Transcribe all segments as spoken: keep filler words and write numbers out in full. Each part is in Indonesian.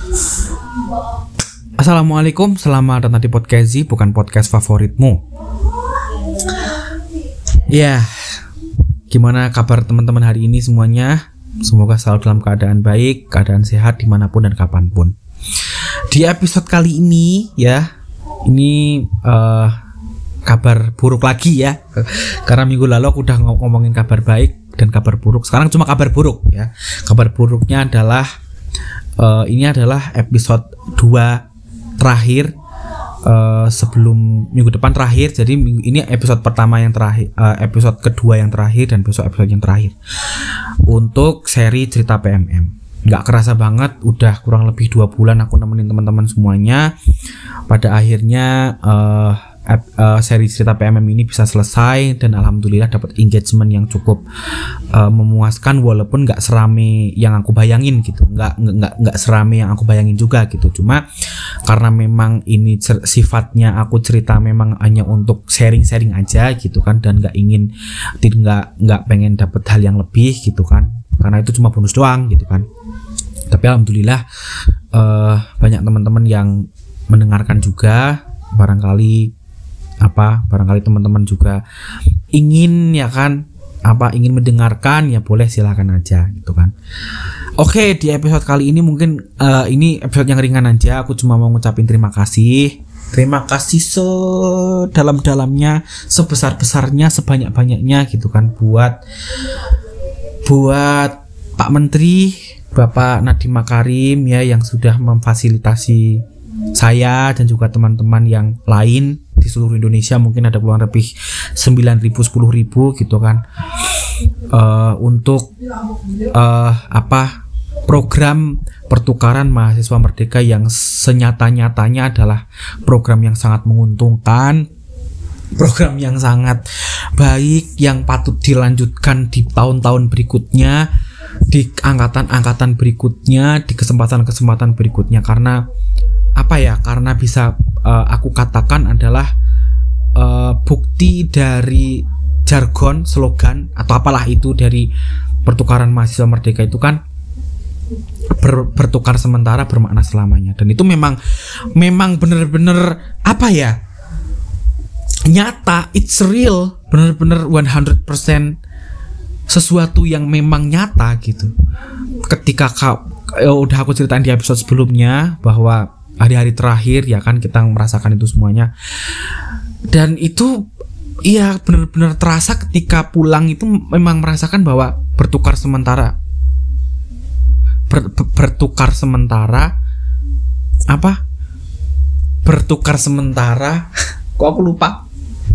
Assalamualaikum, selamat datang di podcast Z, bukan podcast favoritmu. Ya, gimana kabar teman-teman hari ini semuanya? Semoga selalu dalam keadaan baik, keadaan sehat dimanapun dan kapanpun. Di episode kali ini ya, ini uh, kabar buruk lagi ya. Karena minggu lalu aku udah ngomongin kabar baik dan kabar buruk. Sekarang cuma kabar buruk ya. Kabar buruknya adalah uh, ini adalah episode dua terakhir uh, sebelum minggu depan terakhir. Jadi ini episode pertama yang terakhir, uh, episode kedua yang terakhir dan besok episode yang terakhir untuk seri cerita P M M. Nggak kerasa banget, udah kurang lebih dua bulan aku nemenin teman-teman semuanya. Pada akhirnya uh, Uh, seri cerita P M M ini bisa selesai dan alhamdulillah dapat engagement yang cukup uh, memuaskan, walaupun nggak serame yang aku bayangin gitu, nggak nggak nggak serame yang aku bayangin juga gitu. Cuma karena memang ini cer- sifatnya aku cerita memang hanya untuk sharing-sharing aja gitu kan, dan nggak ingin tidak nggak pengen dapat hal yang lebih gitu kan, karena itu cuma bonus doang gitu kan. Tapi alhamdulillah uh, banyak teman-teman yang mendengarkan juga, barangkali apa barangkali teman-teman juga ingin ya kan apa ingin mendengarkan, ya boleh silakan aja gitu kan. Oke, di episode kali ini mungkin uh, ini episode yang ringan aja. Aku cuma mau ngucapin terima kasih terima kasih sedalam-dalamnya, sebesar-besarnya, sebanyak-banyaknya gitu kan buat buat Pak Menteri Bapak Nadiem Makarim ya, yang sudah memfasilitasi saya dan juga teman-teman yang lain di seluruh Indonesia. Mungkin ada kurang lebih sembilan ribu, sepuluh ribu gitu kan, uh, untuk uh, apa program pertukaran mahasiswa merdeka yang senyata-nyatanya adalah program yang sangat menguntungkan, program yang sangat baik, yang patut dilanjutkan di tahun-tahun berikutnya, di angkatan-angkatan berikutnya, di kesempatan-kesempatan berikutnya. Karena apa ya, karena bisa uh, aku katakan adalah uh, bukti dari jargon, slogan atau apalah itu dari pertukaran mahasiswa merdeka itu kan ber, bertukar sementara bermakna selamanya. Dan itu memang memang benar-benar apa ya, nyata, it's real, benar-benar seratus persen sesuatu yang memang nyata gitu. Ketika kau ya udah aku ceritain di episode sebelumnya bahwa hari-hari terakhir ya kan kita merasakan itu semuanya, dan itu iya benar-benar terasa ketika pulang itu memang merasakan bahwa bertukar sementara ber, bertukar sementara apa bertukar sementara kok aku lupa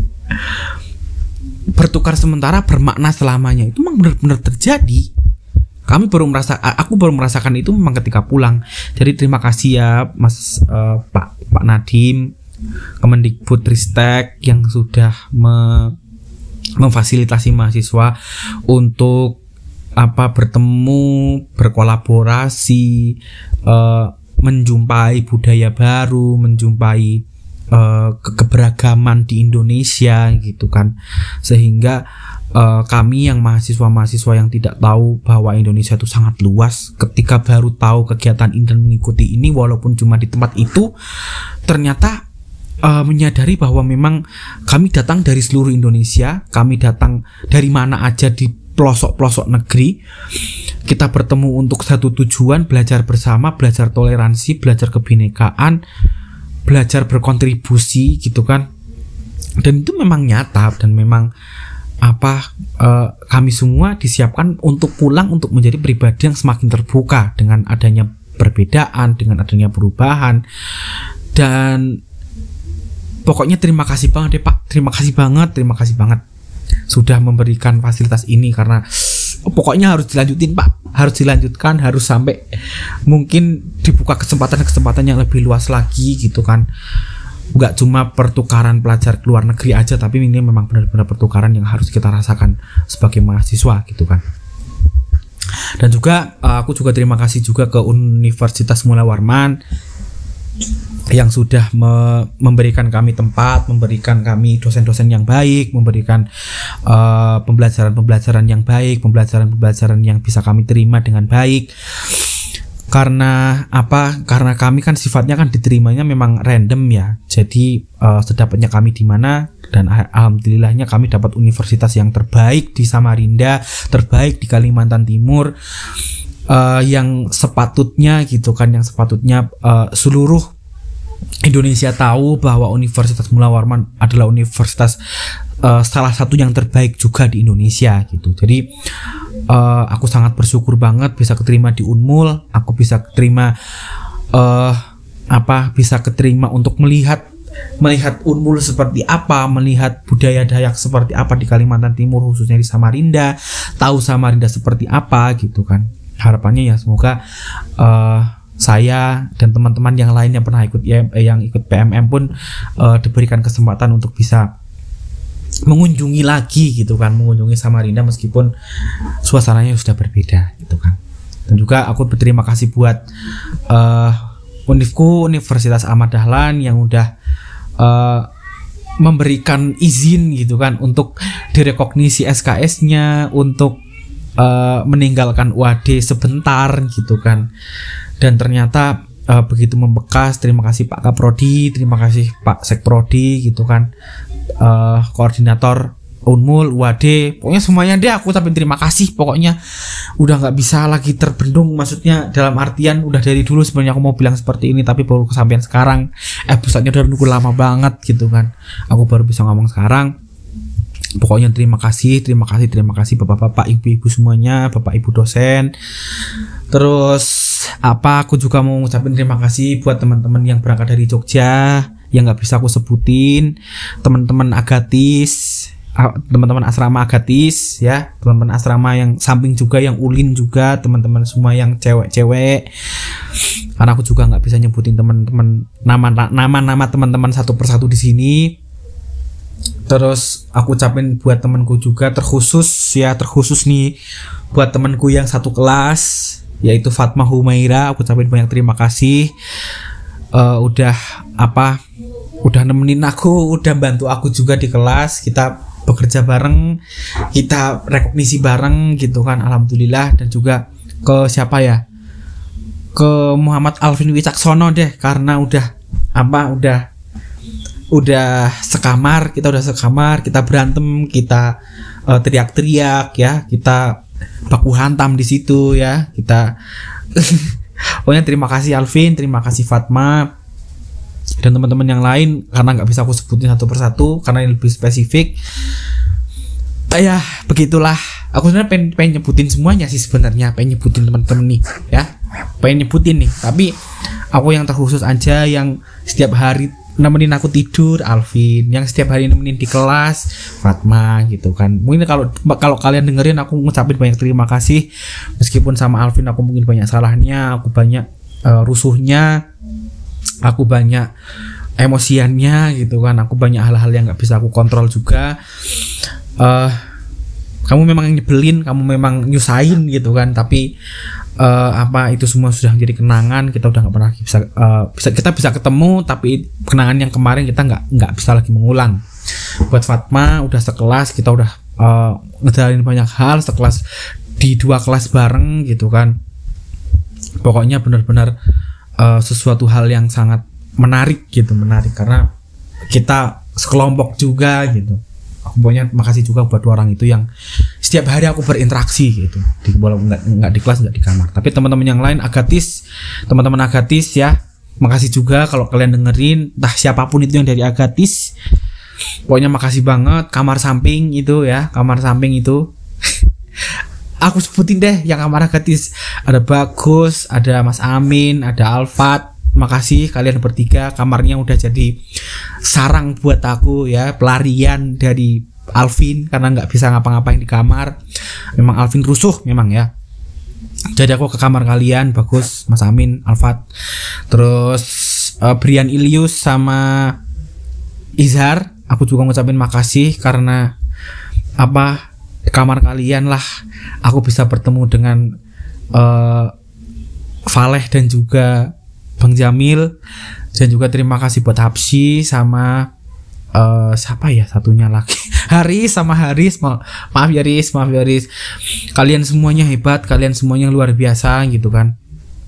bertukar sementara bermakna selamanya. Itu memang benar-benar terjadi. Kami baru merasa, aku baru merasakan itu memang ketika pulang. Jadi terima kasih ya Mas uh, Pak Pak Nadiem, Kemendikbudristek yang sudah me, memfasilitasi mahasiswa untuk apa bertemu, berkolaborasi, uh, menjumpai budaya baru, menjumpai uh, ke- keberagaman di Indonesia gitu kan, sehingga Uh, kami yang mahasiswa-mahasiswa yang tidak tahu bahwa Indonesia itu sangat luas, ketika baru tahu kegiatan ini dan mengikuti ini walaupun cuma di tempat itu, ternyata uh, menyadari bahwa memang kami datang dari seluruh Indonesia, kami datang dari mana aja di pelosok-pelosok negeri, kita bertemu untuk satu tujuan, belajar bersama, belajar toleransi, belajar kebinekaan, belajar berkontribusi gitu kan. Dan itu memang nyata, dan memang apa uh, kami semua disiapkan untuk pulang untuk menjadi pribadi yang semakin terbuka dengan adanya perbedaan, dengan adanya perubahan. Dan pokoknya terima kasih banget deh Pak, terima kasih banget, terima kasih banget sudah memberikan fasilitas ini, karena oh, pokoknya harus dilanjutin Pak, harus dilanjutkan, harus sampai mungkin dibuka kesempatan-kesempatan yang lebih luas lagi gitu kan. Gak cuma pertukaran pelajar ke luar negeri aja, tapi ini memang benar-benar pertukaran yang harus kita rasakan sebagai mahasiswa gitu kan. Dan juga aku juga terima kasih juga ke Universitas Mula Warman yang sudah me- memberikan kami tempat, memberikan kami dosen-dosen yang baik, memberikan uh, pembelajaran-pembelajaran yang baik, pembelajaran-pembelajaran yang bisa kami terima dengan baik. karena apa? Karena kami kan sifatnya kan diterimanya memang random ya. Jadi uh, sedapatnya kami di mana, dan alhamdulillahnya kami dapat universitas yang terbaik di Samarinda, terbaik di Kalimantan Timur, uh, yang sepatutnya gitu kan, yang sepatutnya uh, seluruh Indonesia tahu bahwa Universitas Mula Warman adalah universitas uh, salah satu yang terbaik juga di Indonesia gitu. Jadi uh, aku sangat bersyukur banget bisa keterima di Unmul. Aku bisa keterima uh, apa bisa keterima untuk melihat melihat Unmul seperti apa, melihat budaya Dayak seperti apa di Kalimantan Timur, khususnya di Samarinda, tahu Samarinda seperti apa gitu kan. Harapannya ya semoga uh, saya dan teman-teman yang lain yang pernah ikut eh, yang ikut P M M pun uh, diberikan kesempatan untuk bisa mengunjungi lagi gitu kan, mengunjungi Samarinda meskipun suasananya sudah berbeda gitu kan. Dan juga aku berterima kasih buat uh, Unifku, Universitas Ahmad Dahlan yang udah uh, memberikan izin gitu kan untuk direkognisi S K S-nya, untuk uh, meninggalkan U A D sebentar gitu kan. Dan ternyata uh, begitu membekas. Terima kasih Pak Kaprodi, terima kasih Pak Sekprodi gitu kan, uh, koordinator Unmul, U A D, pokoknya semuanya deh aku tapi terima kasih. Pokoknya udah nggak bisa lagi terbendung, maksudnya dalam artian udah dari dulu sebenarnya aku mau bilang seperti ini tapi baru kesampaian sekarang. Episode-nya udah nunggu lama banget gitu kan, aku baru bisa ngomong sekarang. Pokoknya terima kasih, terima kasih, terima kasih bapak-bapak, ibu-ibu semuanya, bapak ibu dosen. Terus apa, aku juga mau ngucapin terima kasih buat teman-teman yang berangkat dari Jogja yang nggak bisa aku sebutin, teman-teman Agatis, teman-teman asrama Agatis ya, teman-teman asrama yang samping juga, yang ulin juga, teman-teman semua yang cewek-cewek. Karena aku juga nggak bisa nyebutin teman-teman nama-nama teman-teman satu persatu di sini. Terus aku ucapin buat temanku juga terkhusus ya, terkhusus nih buat temanku yang satu kelas yaitu Fatma Humaira. Aku ucapin banyak terima kasih uh, udah apa udah nemenin aku, udah bantu aku juga di kelas. Kita bekerja bareng, kita rekognisi bareng gitu kan, alhamdulillah. Dan juga ke siapa ya, ke Muhammad Alvin Wicaksono deh, karena udah apa udah udah sekamar, kita udah sekamar, kita berantem, kita uh, teriak-teriak ya, kita baku hantam di situ ya, kita pokoknya terima kasih Alvin, terima kasih Fatma dan teman-teman yang lain, karena nggak bisa aku sebutin satu persatu karena ini lebih spesifik. Ya begitulah, aku sebenarnya pengen, pengen nyebutin semuanya sih sebenarnya, pengen nyebutin teman-teman nih ya, pengen nyebutin nih, tapi aku yang terkhusus aja, yang setiap hari nemenin aku tidur Alvin, yang setiap hari nemenin di kelas Fatma gitu kan. Mungkin kalau kalau kalian dengerin aku ngucapin banyak terima kasih, meskipun sama Alvin aku mungkin banyak salahnya, aku banyak uh, rusuhnya, aku banyak emosiannya gitu kan, aku banyak hal-hal yang nggak bisa aku kontrol juga. Uh, kamu memang nyebelin, kamu memang nyusahin gitu kan, tapi uh, apa itu semua sudah menjadi kenangan. Kita udah nggak pernah bisa, uh, bisa kita bisa ketemu, tapi kenangan yang kemarin kita nggak nggak bisa lagi mengulang. Buat Fatma udah sekelas, kita udah uh, ngejalanin banyak hal sekelas, di dua kelas bareng gitu kan. Pokoknya benar-benar uh, sesuatu hal yang sangat menarik gitu, menarik karena kita sekelompok juga gitu. Aku pokoknya makasih juga buat dua orang itu yang setiap hari aku berinteraksi gitu, di walaupun nggak nggak di kelas, nggak di kamar. Tapi teman-teman yang lain Agatis, teman-teman Agatis ya, makasih juga kalau kalian dengerin, entah siapapun itu yang dari Agatis. Pokoknya makasih banget. Kamar samping itu ya, kamar samping itu aku sebutin deh yang kamar Agatis, ada Bagus, ada Mas Amin, ada Alfat. Makasih kalian bertiga, kamarnya udah jadi sarang buat aku ya, pelarian dari Alvin karena nggak bisa ngapa-ngapain di kamar. Memang Alvin rusuh memang ya. Jadi aku ke kamar kalian, Bagus, Mas Amin, Alfat, terus uh, Brian Ilius sama Izhar. Aku juga ngucapin makasih karena apa, kamar kalian lah aku bisa bertemu dengan uh, Valeh dan juga Bang Jamil. Dan juga terima kasih buat Hapsi sama uh, siapa ya satunya lagi, Haris sama Haris. Ma- maaf ya Haris, maaf ya Haris. Kalian semuanya hebat, kalian semuanya luar biasa gitu kan.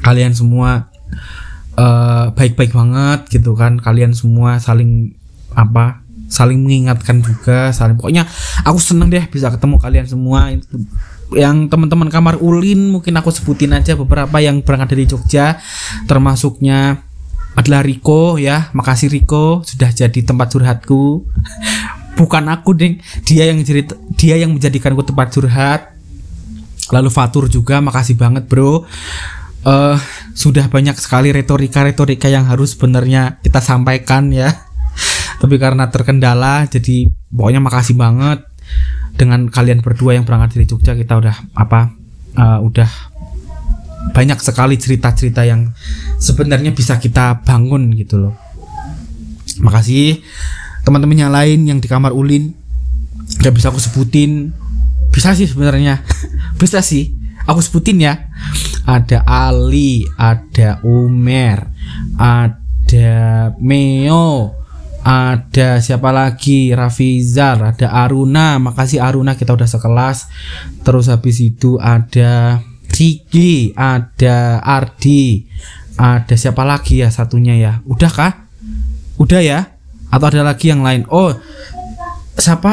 kalian semua uh, baik-baik banget gitu kan. Kalian semua saling apa saling mengingatkan juga, saling pokoknya aku seneng deh bisa ketemu kalian semua. Yang teman-teman kamar ulin mungkin aku sebutin aja beberapa yang berangkat dari Jogja, termasuknya adalah Riko ya. Makasih Riko sudah jadi tempat curhatku. Bukan aku ding, dia yang jadi dia yang menjadikanku tempat curhat. Lalu Fatur juga makasih banget bro. Uh, sudah banyak sekali retorika-retorika yang harus sebenarnya kita sampaikan ya. Tapi karena terkendala, jadi pokoknya makasih banget. Dengan kalian berdua yang berangkat dari Jogja, kita udah apa uh, udah banyak sekali cerita-cerita yang sebenarnya bisa kita bangun gitu loh. Makasih teman-teman yang lain yang di kamar ulin, gak bisa aku sebutin. Bisa sih sebenarnya. Bisa sih aku sebutin ya. Ada Ali, ada Umer, ada Meo, ada siapa lagi, Rafizal, ada Aruna. Makasih Aruna, kita udah sekelas. Terus habis itu ada Riki, ada Ardi, ada siapa lagi ya satunya ya. Udah kah? Udah ya? Atau ada lagi yang lain? Oh, siapa?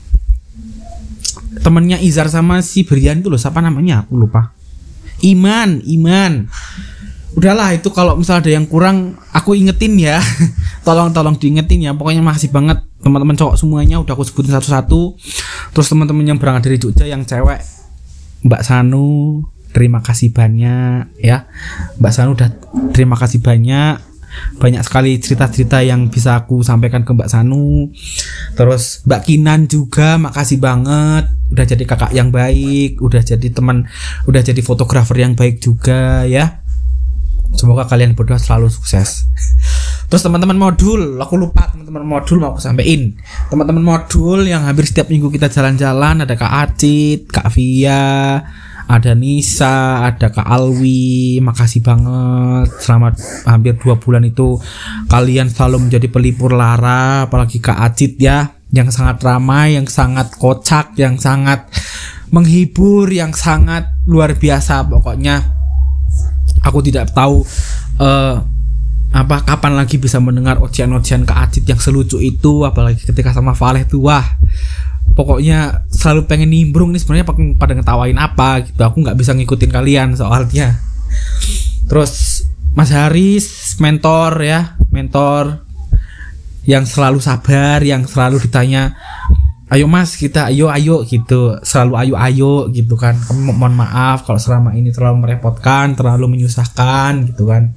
Temennya Izar sama si Brian itu loh, siapa namanya? Aku lupa. Iman, Iman. Udahlah itu kalau misalnya ada yang kurang aku ingetin ya. Tolong-tolong diingetin ya. Pokoknya makasih banget teman-teman cowok semuanya udah aku sebutin satu-satu. Terus teman-teman yang berangkat dari Jogja yang cewek, Mbak Sanu, terima kasih banyak ya. Mbak Sanu udah terima kasih banyak. Banyak sekali cerita-cerita yang bisa aku sampaikan ke Mbak Sanu. Terus Mbak Kinan juga makasih banget, udah jadi kakak yang baik, udah jadi teman, udah jadi fotografer yang baik juga ya. Semoga kalian berdua selalu sukses. Terus teman-teman modul, aku lupa teman-teman modul mau aku sampein. Teman-teman modul yang hampir setiap minggu kita jalan-jalan, ada Kak Acit, Kak Via, ada Nisa, ada Kak Alwi. Makasih banget. Selama hampir dua bulan itu kalian selalu menjadi pelipur lara. Apalagi Kak Acit ya, yang sangat ramai, yang sangat kocak, yang sangat menghibur, yang sangat luar biasa. Pokoknya aku tidak tahu uh, apa kapan lagi bisa mendengar ocehan-ocehan Kak Acit yang selucu itu. Apalagi ketika sama Valeh tuh, wah pokoknya selalu pengen nimbrung nih sebenarnya pada ngetawain apa gitu. Aku nggak bisa ngikutin kalian soalnya. Terus Mas Haris, mentor ya, mentor yang selalu sabar, yang selalu ditanya, ayo mas kita ayo ayo gitu, selalu ayo ayo gitu kan. Kamu mohon maaf kalau selama ini terlalu merepotkan, terlalu menyusahkan gitu kan.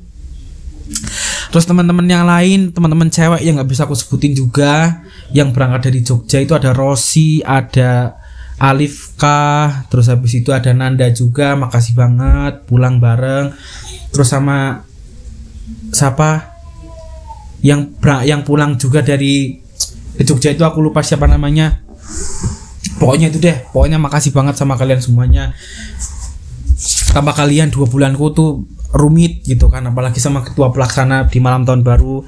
Terus teman-teman yang lain, teman-teman cewek yang nggak bisa aku sebutin juga, yang berangkat dari Jogja itu ada Rosi, ada Alifka, terus habis itu ada Nanda juga, makasih banget pulang bareng. Terus sama siapa yang yang pulang juga dari Jogja itu aku lupa siapa namanya. Pokoknya itu deh, pokoknya makasih banget sama kalian semuanya. Tanpa kalian dua bulanku tuh rumit gitu kan, apalagi sama ketua pelaksana di malam tahun baru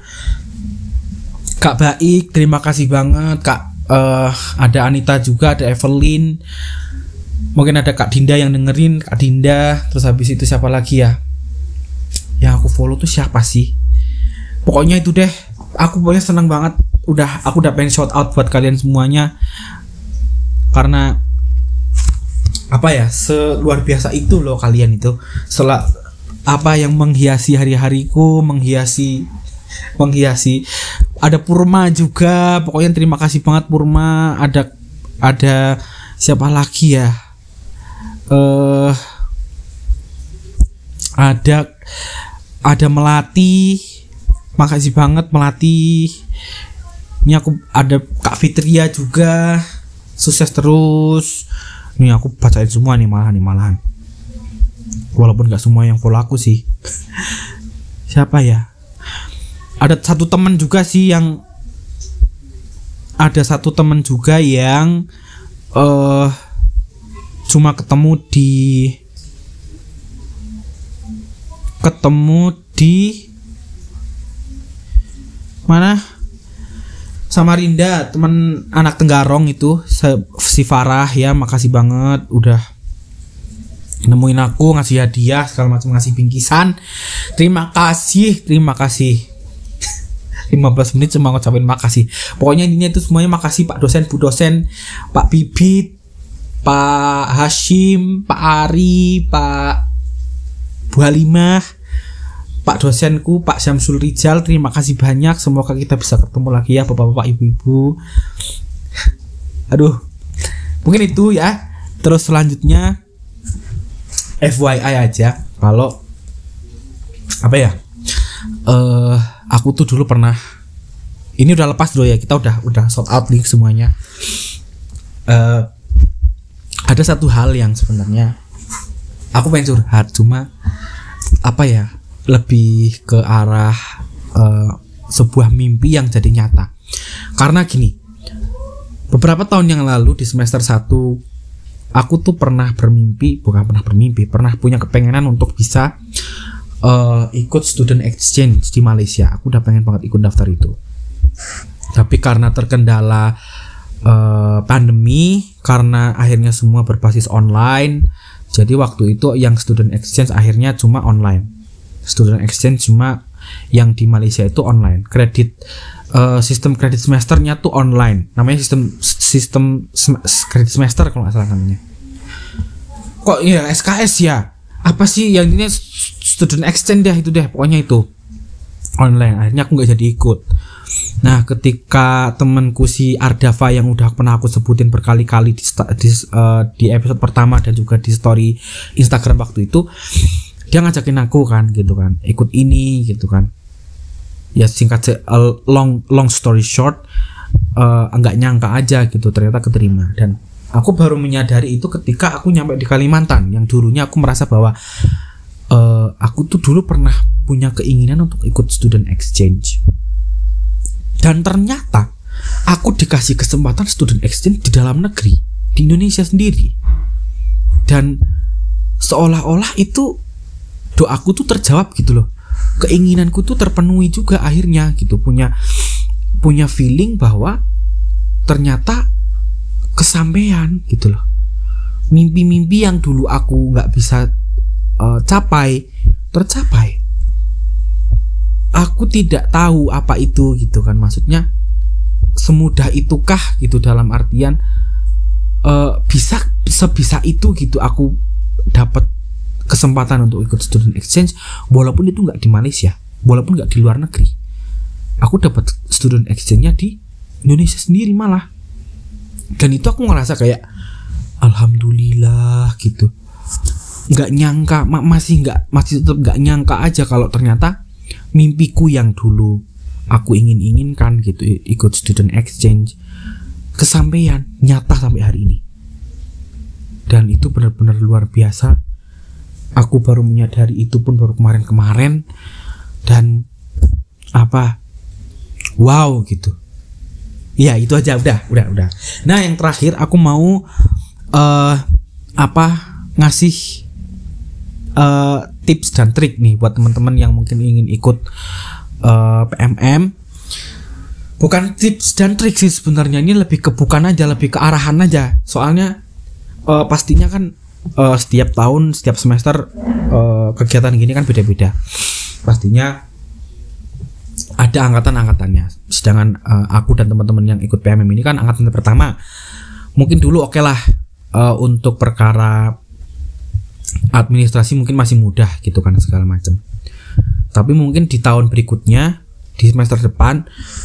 Kak Baik, terima kasih banget Kak. Uh, ada Anita juga, ada Evelyn, mungkin ada Kak Dinda yang dengerin, Kak Dinda. Terus habis itu siapa lagi ya yang aku follow tuh siapa sih? Pokoknya itu deh, aku pokoknya seneng banget. Udah, aku udah pengen shout out buat kalian semuanya karena apa ya, seluar biasa itu loh kalian itu. Setelah apa yang menghiasi hari-hariku, menghiasi menghiasi ada Purma juga. Pokoknya terima kasih banget Purma. Ada ada siapa lagi ya? Eh uh, ada ada Melati. Makasih banget Melati. Ini aku ada Kak Fitria juga. Sukses terus. Ini aku bacain semua nih malahan nih malahan. Walaupun gak semua yang follow aku sih. Siapa ya? Ada satu teman juga sih yang ada satu teman juga yang uh, cuma ketemu di ketemu di mana? Samarinda, teman anak Tenggarong itu si Farah ya, makasih banget udah nemuin aku, ngasih hadiah segala macam, ngasih bingkisan. Terima kasih, terima kasih. lima belas menit cuma ngucapin makasih. Pokoknya intinya itu semuanya makasih Pak dosen, Bu dosen, Pak Bibit, Pak Hashim, Pak Ari, Pak Bu Halimah, Pak dosenku, Pak Syamsul Rijal. Terima kasih banyak. Semoga kita bisa ketemu lagi ya Bapak-bapak, Ibu-ibu. Aduh. Mungkin itu ya. Terus selanjutnya F Y I aja, kalau apa ya? Eh uh, aku tuh dulu pernah, ini udah lepas dulu ya, kita udah udah sort out link semuanya. Uh, ada satu hal yang sebenarnya aku pengen curhat, cuma apa ya, lebih ke arah uh, sebuah mimpi yang jadi nyata. Karena gini, beberapa tahun yang lalu di semester satu aku tuh pernah bermimpi, bukan pernah bermimpi, pernah punya kepengenan untuk bisa Uh, ikut student exchange di Malaysia. Aku udah pengen banget ikut daftar itu, tapi karena terkendala uh, pandemi, karena akhirnya semua berbasis online, jadi waktu itu yang student exchange akhirnya cuma online. Student exchange cuma yang di Malaysia itu online. Kredit uh, sistem kredit semesternya tuh online, namanya sistem sistem sem- kredit semester kalau nggak salah namanya. Kok ya S K S ya? Apa sih yang ini student exchange deh, itu deh pokoknya itu online. Akhirnya aku nggak jadi ikut. Nah, ketika temanku si Ardava yang udah pernah aku sebutin berkali-kali di, di, uh, di episode pertama dan juga di story Instagram waktu itu, dia ngajakin aku kan gitu kan, ikut ini gitu kan. Ya singkat uh, long long story short, uh, nggak nyangka aja gitu ternyata keterima. Dan aku baru menyadari itu ketika aku nyampe di Kalimantan, yang dulunya aku merasa bahwa Uh, aku tuh dulu pernah punya keinginan untuk ikut student exchange, dan ternyata aku dikasih kesempatan student exchange di dalam negeri, di Indonesia sendiri, dan seolah-olah itu doaku tuh terjawab gitu loh, keinginanku tuh terpenuhi juga akhirnya gitu, punya punya feeling bahwa ternyata kesampaian gitu loh, mimpi-mimpi yang dulu aku nggak bisa Uh, capai, tercapai. Aku tidak tahu apa itu gitu kan, maksudnya semudah itukah gitu, dalam artian uh, bisa sebisa itu gitu aku dapat kesempatan untuk ikut student exchange, walaupun itu nggak di Malaysia, walaupun nggak di luar negeri. Aku dapat student exchange-nya di Indonesia sendiri malah, dan itu aku ngerasa kayak alhamdulillah gitu. Nggak nyangka, mak masih nggak masih tetap nggak nyangka aja kalau ternyata mimpiku yang dulu aku ingin-inginkan gitu, ikut student exchange, kesampaian, nyata sampai hari ini. Dan itu benar-benar luar biasa. Aku baru menyadari itu pun baru kemarin-kemarin, dan apa, wow gitu. Ya itu aja, udah udah udah. Nah, yang terakhir aku mau uh, apa ngasih Uh, tips dan trik nih buat teman-teman yang mungkin ingin ikut uh, P M M. Bukan tips dan trik sih sebenarnya, ini lebih ke bukan aja, lebih ke arahan aja. Soalnya uh, pastinya kan uh, setiap tahun, setiap semester uh, kegiatan gini kan beda-beda. Pastinya ada angkatan-angkatannya. Sedangkan uh, aku dan teman-teman yang ikut P M M ini kan angkatan pertama. Mungkin dulu oke okay lah uh, untuk perkara administrasi mungkin masih mudah gitu kan segala macam. Tapi mungkin di tahun berikutnya, di semester depan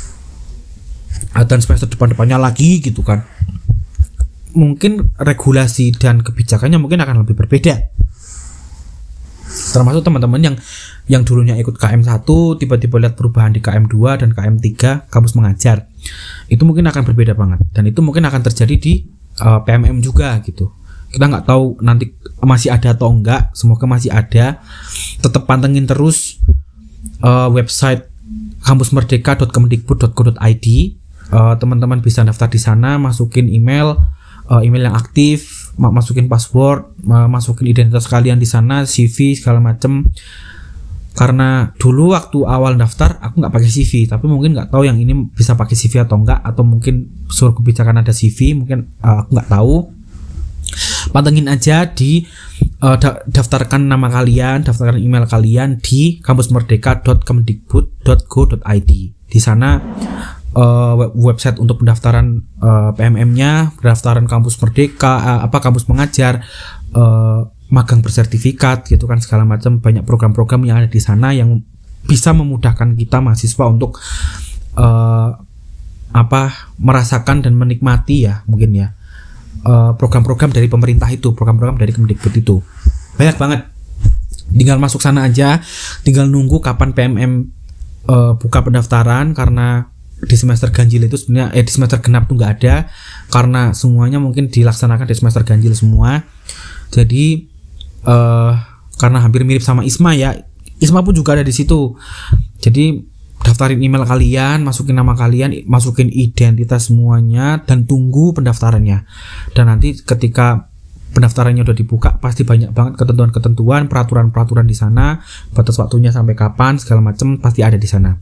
dan semester depan-depannya lagi gitu kan, mungkin regulasi dan kebijakannya mungkin akan lebih berbeda. Termasuk teman-teman yang yang dulunya ikut K M satu tiba-tiba lihat perubahan di K M dua dan K M tiga kampus mengajar. Itu mungkin akan berbeda banget, dan itu mungkin akan terjadi di uh, P M M juga gitu. Kita nggak tahu nanti masih ada atau enggak, semoga masih ada. Tetap pantengin terus uh, website kampus merdeka dot kemendikbud dot co dot i d. Uh, teman-teman bisa daftar di sana, masukin email, uh, email yang aktif, masukin password, uh, masukin identitas kalian di sana, C V segala macem. Karena dulu waktu awal daftar aku nggak pakai C V, tapi mungkin nggak tahu yang ini bisa pakai C V atau enggak, atau mungkin suruh kebijakan ada C V, mungkin uh, aku nggak tahu. pantengin aja di uh, da- daftarkan nama kalian, daftarkan email kalian di kampusmerdeka dot kemdikbud dot go dot i d. Di sana uh, website untuk pendaftaran uh, P M M-nya, pendaftaran kampus merdeka, uh, apa kampus mengajar, uh, magang bersertifikat gitu kan, segala macam, banyak program-program yang ada di sana yang bisa memudahkan kita mahasiswa untuk uh, apa merasakan dan menikmati ya mungkin ya Uh, program-program dari pemerintah itu, program-program dari Kemdikbud itu banyak banget. Tinggal masuk sana aja, tinggal nunggu kapan P M M uh, buka pendaftaran, karena di semester ganjil itu sebenarnya eh di semester genap tuh nggak ada, karena semuanya mungkin dilaksanakan di semester ganjil semua. Jadi uh, karena hampir mirip sama ISMA ya, ISMA pun juga ada di situ. Jadi daftarin email kalian, masukin nama kalian, masukin identitas semuanya, dan tunggu pendaftarannya. Dan nanti ketika pendaftarannya udah dibuka, pasti banyak banget ketentuan-ketentuan, peraturan-peraturan di sana, batas waktunya sampai kapan, segala macam pasti ada di sana.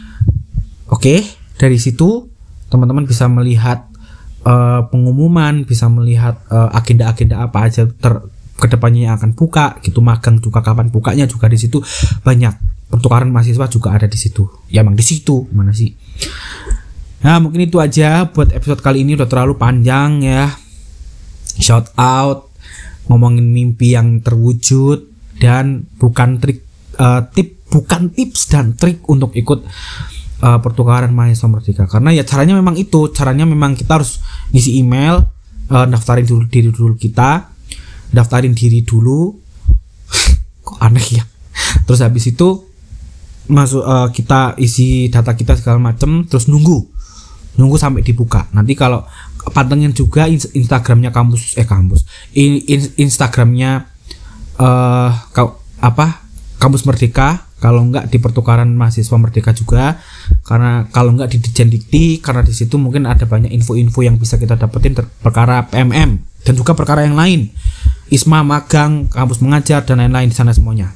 Oke, dari situ teman-teman bisa melihat uh, pengumuman, bisa melihat uh, agenda-agenda apa aja ter kedepannya yang akan buka, gitu, magang juga kapan bukanya juga di situ banyak. Pertukaran mahasiswa juga ada di situ. Ya emang di situ, mana sih? Nah, mungkin itu aja buat episode kali ini, udah terlalu panjang ya. Shout out, ngomongin mimpi yang terwujud, dan bukan trik uh, tip bukan tips dan trik untuk ikut uh, pertukaran mahasiswa merdeka. Karena ya caranya memang itu, caranya memang kita harus ngisi email, uh, daftarin dulu diri dulu kita, daftarin diri dulu. Kok aneh ya? Terus habis itu masuk uh, kita isi data kita segala macem, terus nunggu nunggu sampai dibuka. Nanti kalau pantengin juga Instagramnya kampus eh kampus in, in, Instagramnya uh, ka, apa kampus merdeka, kalau enggak di pertukaran mahasiswa merdeka juga, karena kalau enggak di Ditjen Dikti, karena di situ mungkin ada banyak info-info yang bisa kita dapetin ter- perkara P M M dan juga perkara yang lain, ISMA, magang, kampus mengajar, dan lain-lain di sana semuanya.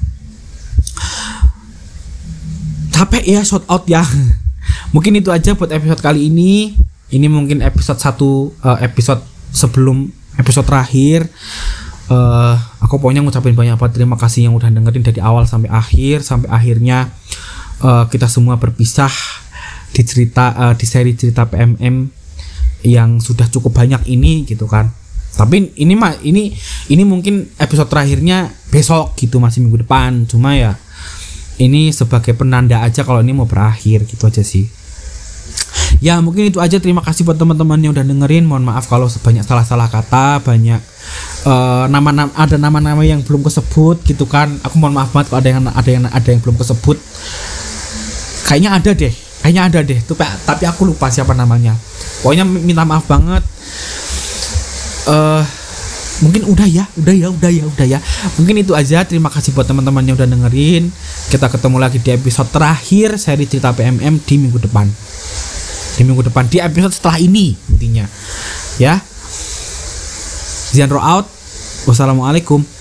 Capek ya, shout out ya. Mungkin itu aja buat episode kali ini. Ini mungkin episode satu, uh, episode sebelum episode terakhir. uh, Aku pokoknya ngucapin banyak banget terima kasih yang udah dengerin dari awal sampai akhir. Sampai akhirnya uh, kita semua berpisah di cerita uh, di seri cerita P M M yang sudah cukup banyak ini gitu kan. Tapi ini mah ini ini mungkin episode terakhirnya besok gitu, masih minggu depan. Cuma ya ini sebagai penanda aja kalau ini mau berakhir gitu aja sih. Ya mungkin itu aja, terima kasih buat teman-teman yang udah dengerin. Mohon maaf kalau sebanyak salah-salah kata, banyak uh, nama-nama ada nama-nama yang belum kesebut gitu kan. Aku mohon maaf banget kalau ada yang ada yang ada yang belum kesebut. Kayaknya ada deh, kayaknya ada deh. Tuh, tapi aku lupa siapa namanya. Pokoknya minta maaf banget. Uh, Mungkin udah ya, udah ya, udah ya, udah ya. Mungkin itu aja. Terima kasih buat teman-teman yang udah dengerin. Kita ketemu lagi di episode terakhir seri cerita P M M di minggu depan. Di minggu depan, di episode setelah ini intinya. Ya. Zian Ro out. Wassalamualaikum.